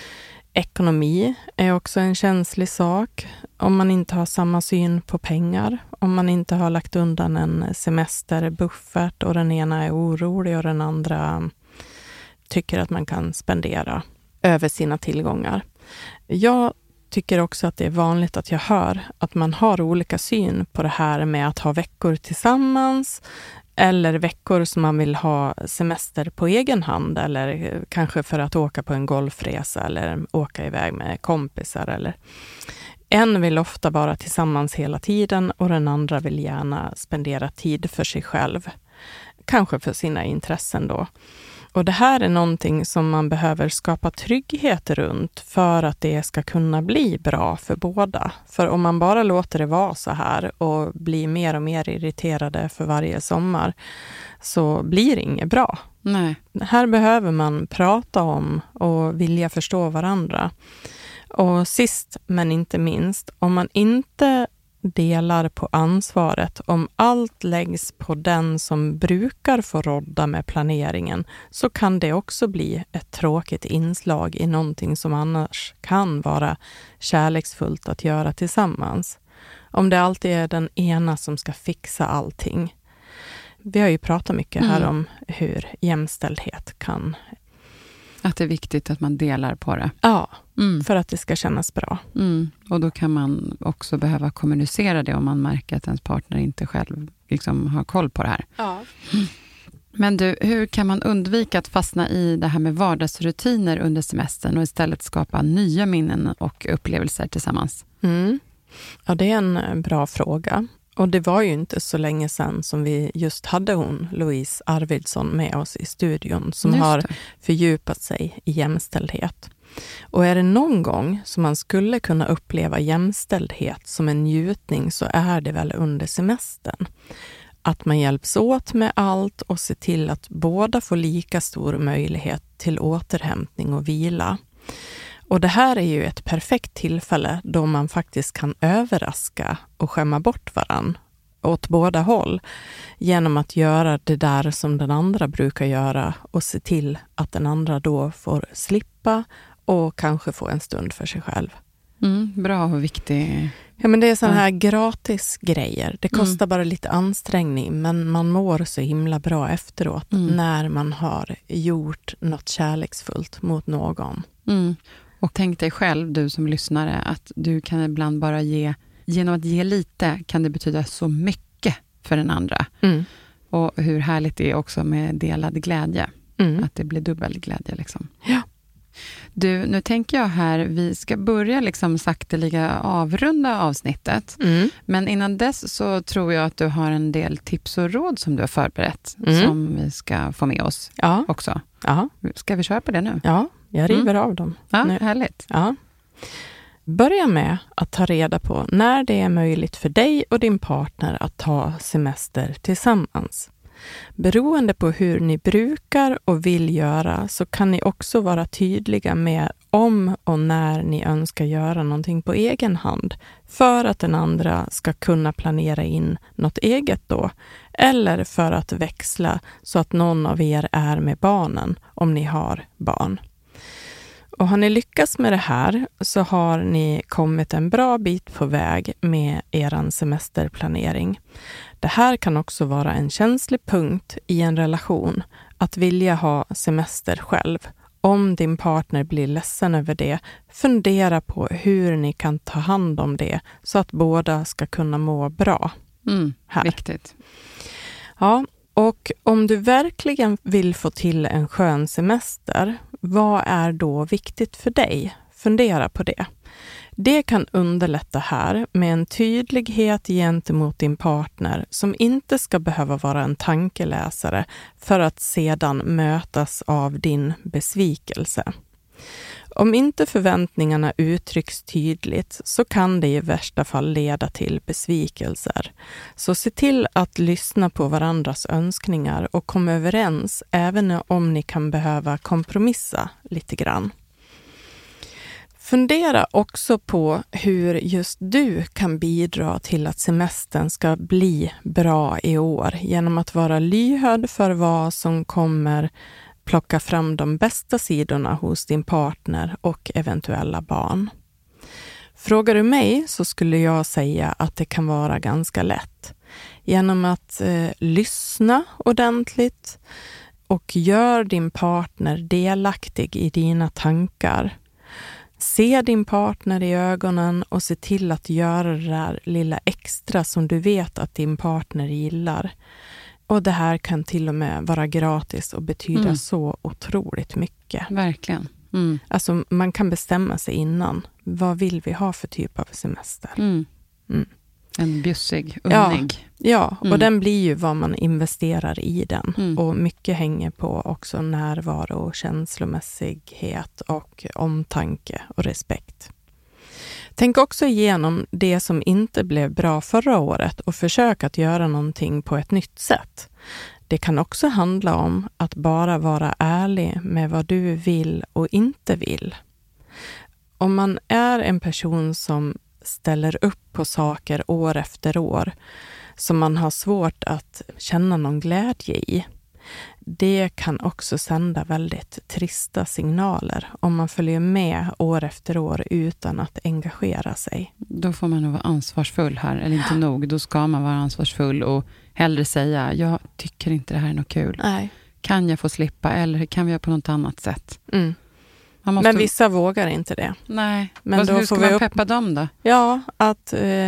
Ekonomi är också en känslig sak. Om man inte har samma syn på pengar. Om man inte har lagt undan en semesterbuffert och den ena är orolig och den andra tycker att man kan spendera över sina tillgångar. Jag tycker också att det är vanligt att jag hör att man har olika syn på det här med att ha veckor tillsammans eller veckor som man vill ha semester på egen hand eller kanske för att åka på en golfresa eller åka iväg med kompisar. Eller. En vill ofta vara tillsammans hela tiden och den andra vill gärna spendera tid för sig själv. Kanske för sina intressen då. Och det här är någonting som man behöver skapa trygghet runt för att det ska kunna bli bra för båda. För om man bara låter det vara så här och blir mer och mer irriterade för varje sommar så blir det inget bra. Nej. Här behöver man prata om och vilja förstå varandra. Och sist men inte minst, om man inte delar på ansvaret, om allt läggs på den som brukar få rodda med planeringen, så kan det också bli ett tråkigt inslag i någonting som annars kan vara kärleksfullt att göra tillsammans. Om det alltid är den ena som ska fixa allting. Vi har ju pratat mycket här om hur jämställdhet kan... Att det är viktigt att man delar på det. Ja, för att det ska kännas bra. Och då kan man också behöva kommunicera det om man märker att ens partner inte själv liksom har koll på det här. Ja. Men du, hur kan man undvika att fastna i det här med vardagsrutiner under semestern och istället skapa nya minnen och upplevelser tillsammans? Ja, det är en bra fråga. Och det var ju inte så länge sedan som vi just hade Louise Arvidsson med oss i studion som har fördjupat sig i jämställdhet. Och är det någon gång som man skulle kunna uppleva jämställdhet som en njutning så är det väl under semestern. Att man hjälps åt med allt och ser till att båda får lika stor möjlighet till återhämtning och vila. Och det här är ju ett perfekt tillfälle då man faktiskt kan överraska och skämma bort varann åt båda håll genom att göra det där som den andra brukar göra och se till att den andra då får slippa och kanske få en stund för sig själv. Bra och viktig. Ja, men det är sådana här gratis grejer. Det kostar bara lite ansträngning men man mår så himla bra efteråt när man har gjort något kärleksfullt mot någon. Och tänk dig själv, du som lyssnare, att du kan ibland bara ge, genom att ge lite kan det betyda så mycket för den andra. Och hur härligt det är också med delad glädje. Att det blir dubbel glädje liksom. Ja. Du, nu tänker jag här, vi ska börja liksom sakteliga avrunda avsnittet. Men innan dess så tror jag att du har en del tips och råd som du har förberett som vi ska få med oss också. Ja. Ska vi köra på det nu? Ja, jag river av dem. Ja, nu. Härligt. Ja. Börja med att ta reda på när det är möjligt för dig och din partner att ta semester tillsammans. Beroende på hur ni brukar och vill göra så kan ni också vara tydliga med om och när ni önskar göra någonting på egen hand för att den andra ska kunna planera in något eget då eller för att växla så att någon av er är med barnen om ni har barn. Och har ni lyckats med det här så har ni kommit en bra bit på väg med er semesterplanering. Det här kan också vara en känslig punkt i en relation, att vilja ha semester själv. Om din partner blir ledsen över det, fundera på hur ni kan ta hand om det så att båda ska kunna må bra. Här. Viktigt. Ja, och om du verkligen vill få till en skön semester, vad är då viktigt för dig? Fundera på det. Det kan underlätta här med en tydlighet gentemot din partner som inte ska behöva vara en tankeläsare för att sedan mötas av din besvikelse. Om inte förväntningarna uttrycks tydligt så kan det i värsta fall leda till besvikelser. Så se till att lyssna på varandras önskningar och komma överens även om ni kan behöva kompromissa lite grann. Fundera också på hur just du kan bidra till att semestern ska bli bra i år genom att vara lyhörd för vad som kommer plocka fram de bästa sidorna hos din partner och eventuella barn. Frågar du mig så skulle jag säga att det kan vara ganska lätt. Genom att lyssna ordentligt och gör din partner delaktig i dina tankar. Se din partner i ögonen och se till att göra det där lilla extra som du vet att din partner gillar. Och det här kan till och med vara gratis och betyda så otroligt mycket. Verkligen. Alltså man kan bestämma sig innan. Vad vill vi ha för typ av semester? En bjussig, unnig. Ja, och den blir ju vad man investerar i den. Och mycket hänger på också närvaro, känslomässighet och omtanke och respekt. Tänk också igenom det som inte blev bra förra året och försök att göra någonting på ett nytt sätt. Det kan också handla om att bara vara ärlig med vad du vill och inte vill. Om man är en person som ställer upp på saker år efter år som man har svårt att känna någon glädje i, det kan också sända väldigt trista signaler om man följer med år efter år utan att engagera sig. Då får man nog vara ansvarsfull här, eller inte nog. Då ska man vara ansvarsfull och hellre säga, jag tycker inte det här är något kul. Nej. Kan jag få slippa eller kan vi göra på något annat sätt? Men vissa vågar inte det. Nej, men då hur ska man peppa dem då? Ja, att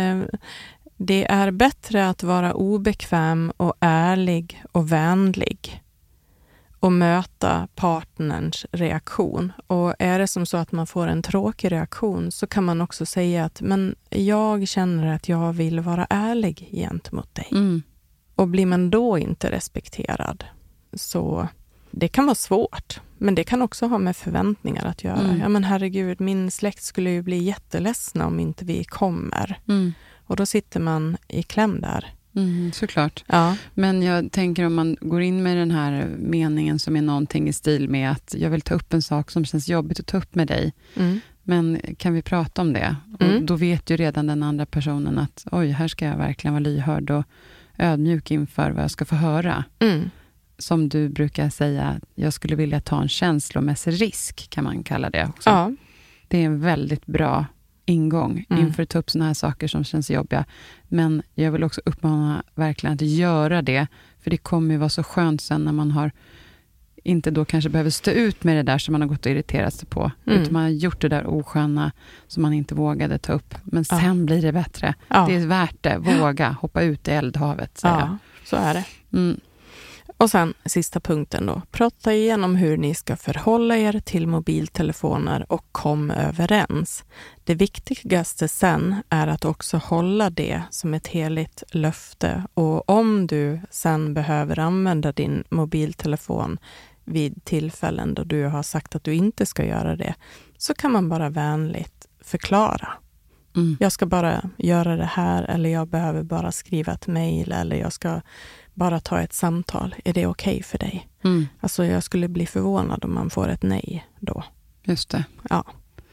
det är bättre att vara obekväm och ärlig och vänlig och möta partnerns reaktion. Och är det som så att man får en tråkig reaktion så kan man också säga att men jag känner att jag vill vara ärlig gentemot dig. Och blir man då inte respekterad så det kan vara svårt. Men det kan också ha med förväntningar att göra. Ja men herregud, min släkt skulle ju bli jätteledsna om inte vi kommer. Och då sitter man i kläm där. Såklart. Ja. Men jag tänker om man går in med den här meningen som är någonting i stil med att jag vill ta upp en sak som känns jobbigt att ta upp med dig. Men kan vi prata om det? Och då vet ju redan den andra personen att oj, här ska jag verkligen vara lyhörd och ödmjuk inför vad jag ska få höra. Som du brukar säga, jag skulle vilja ta en känslomässig risk, kan man kalla det också. Ja. Det är en väldigt bra ingång inför att ta upp såna här saker som känns jobbiga. Men jag vill också uppmana verkligen att göra det. För det kommer ju vara så skönt sen när man har inte då kanske behöver stå ut med det där som man har gått och irriterat sig på. Utan man har gjort det där osköna som man inte vågade ta upp. Men sen blir det bättre. Ja. Det är värt det. Våga hoppa ut i eldhavet, säger jag. Så är det. Och sen sista punkten då. Prata igenom hur ni ska förhålla er till mobiltelefoner och kom överens. Det viktigaste sen är att också hålla det som ett heligt löfte. Och om du sen behöver använda din mobiltelefon vid tillfällen då du har sagt att du inte ska göra det, så kan man bara vänligt förklara. Jag ska bara göra det här, eller jag behöver bara skriva ett mejl, eller jag ska bara ta ett samtal. Är det okej för dig? Alltså jag skulle bli förvånad om man får ett nej då. Just det. Ja.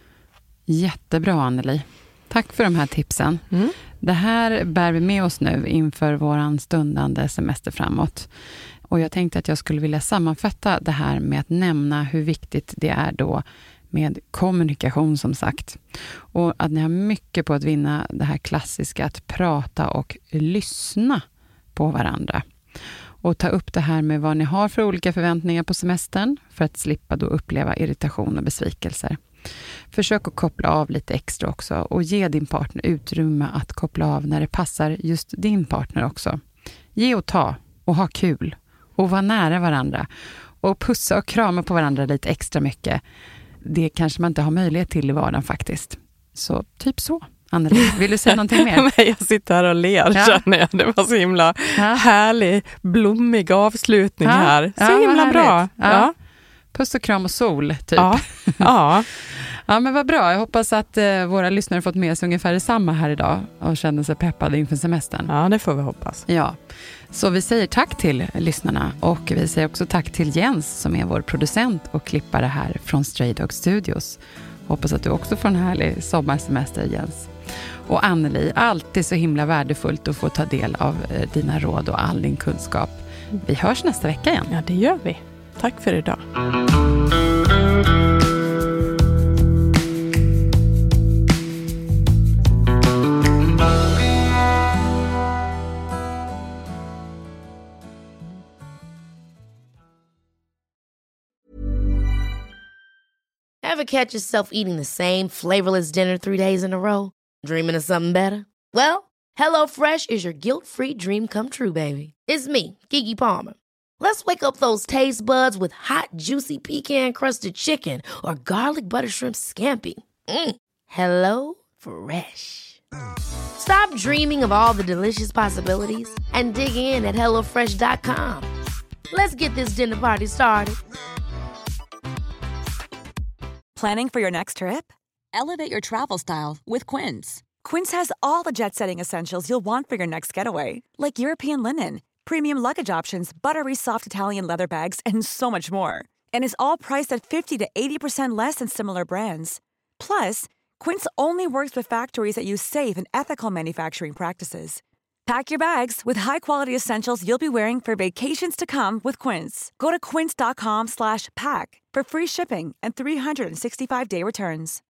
Jättebra, Anneli. Tack för de här tipsen. Det här bär vi med oss nu inför våran stundande semester framåt. Och jag tänkte att jag skulle vilja sammanfatta det här med att nämna hur viktigt det är då med kommunikation som sagt. Och att ni har mycket på att vinna det här klassiska att prata och lyssna på varandra. Och ta upp det här med vad ni har för olika förväntningar på semestern för att slippa då uppleva irritation och besvikelser. Försök att koppla av lite extra också och ge din partner utrymme att koppla av när det passar just din partner också. Ge och ta och ha kul och vara nära varandra och pussa och krama på varandra lite extra mycket. Det kanske man inte har möjlighet till i vardagen faktiskt. Så typ så. Anneli, vill du säga någonting mer? Nej, jag sitter här och ler, känner jag. Det var så himla härlig, blommig avslutning här. Så himla bra. Ja. Puss och kram och sol, typ. Ja. Ja, men vad bra. Jag hoppas att våra lyssnare fått med sig ungefär detsamma här idag och känner sig peppade inför semestern. Ja, det får vi hoppas. Ja, så vi säger tack till lyssnarna och vi säger också tack till Jens som är vår producent och klippare här från Stray Dog Studios. Hoppas att du också får en härlig sommarsemester, Jens. Och Anneli, alltid så himla värdefullt att få ta del av dina råd och all din kunskap. Vi hörs nästa vecka igen. Ja, det gör vi. Tack för idag. Ever catch yourself eating the same flavorless dinner 3 days in a row? Dreaming of something better? Well, HelloFresh is your guilt-free dream come true, baby. It's me, Keke Palmer. Let's wake up those taste buds with hot, juicy pecan-crusted chicken or garlic butter shrimp scampi. Hello Fresh. Stop dreaming of all the delicious possibilities and dig in at HelloFresh.com. Let's get this dinner party started. Planning for your next trip? Elevate your travel style with Quince. Quince has all the jet-setting essentials you'll want for your next getaway, like European linen, premium luggage options, buttery soft Italian leather bags, and so much more. And is all priced at 50 to 80% less than similar brands. Plus, Quince only works with factories that use safe and ethical manufacturing practices. Pack your bags with high-quality essentials you'll be wearing for vacations to come with Quince. Go to quince.com/pack for free shipping and 365-day returns.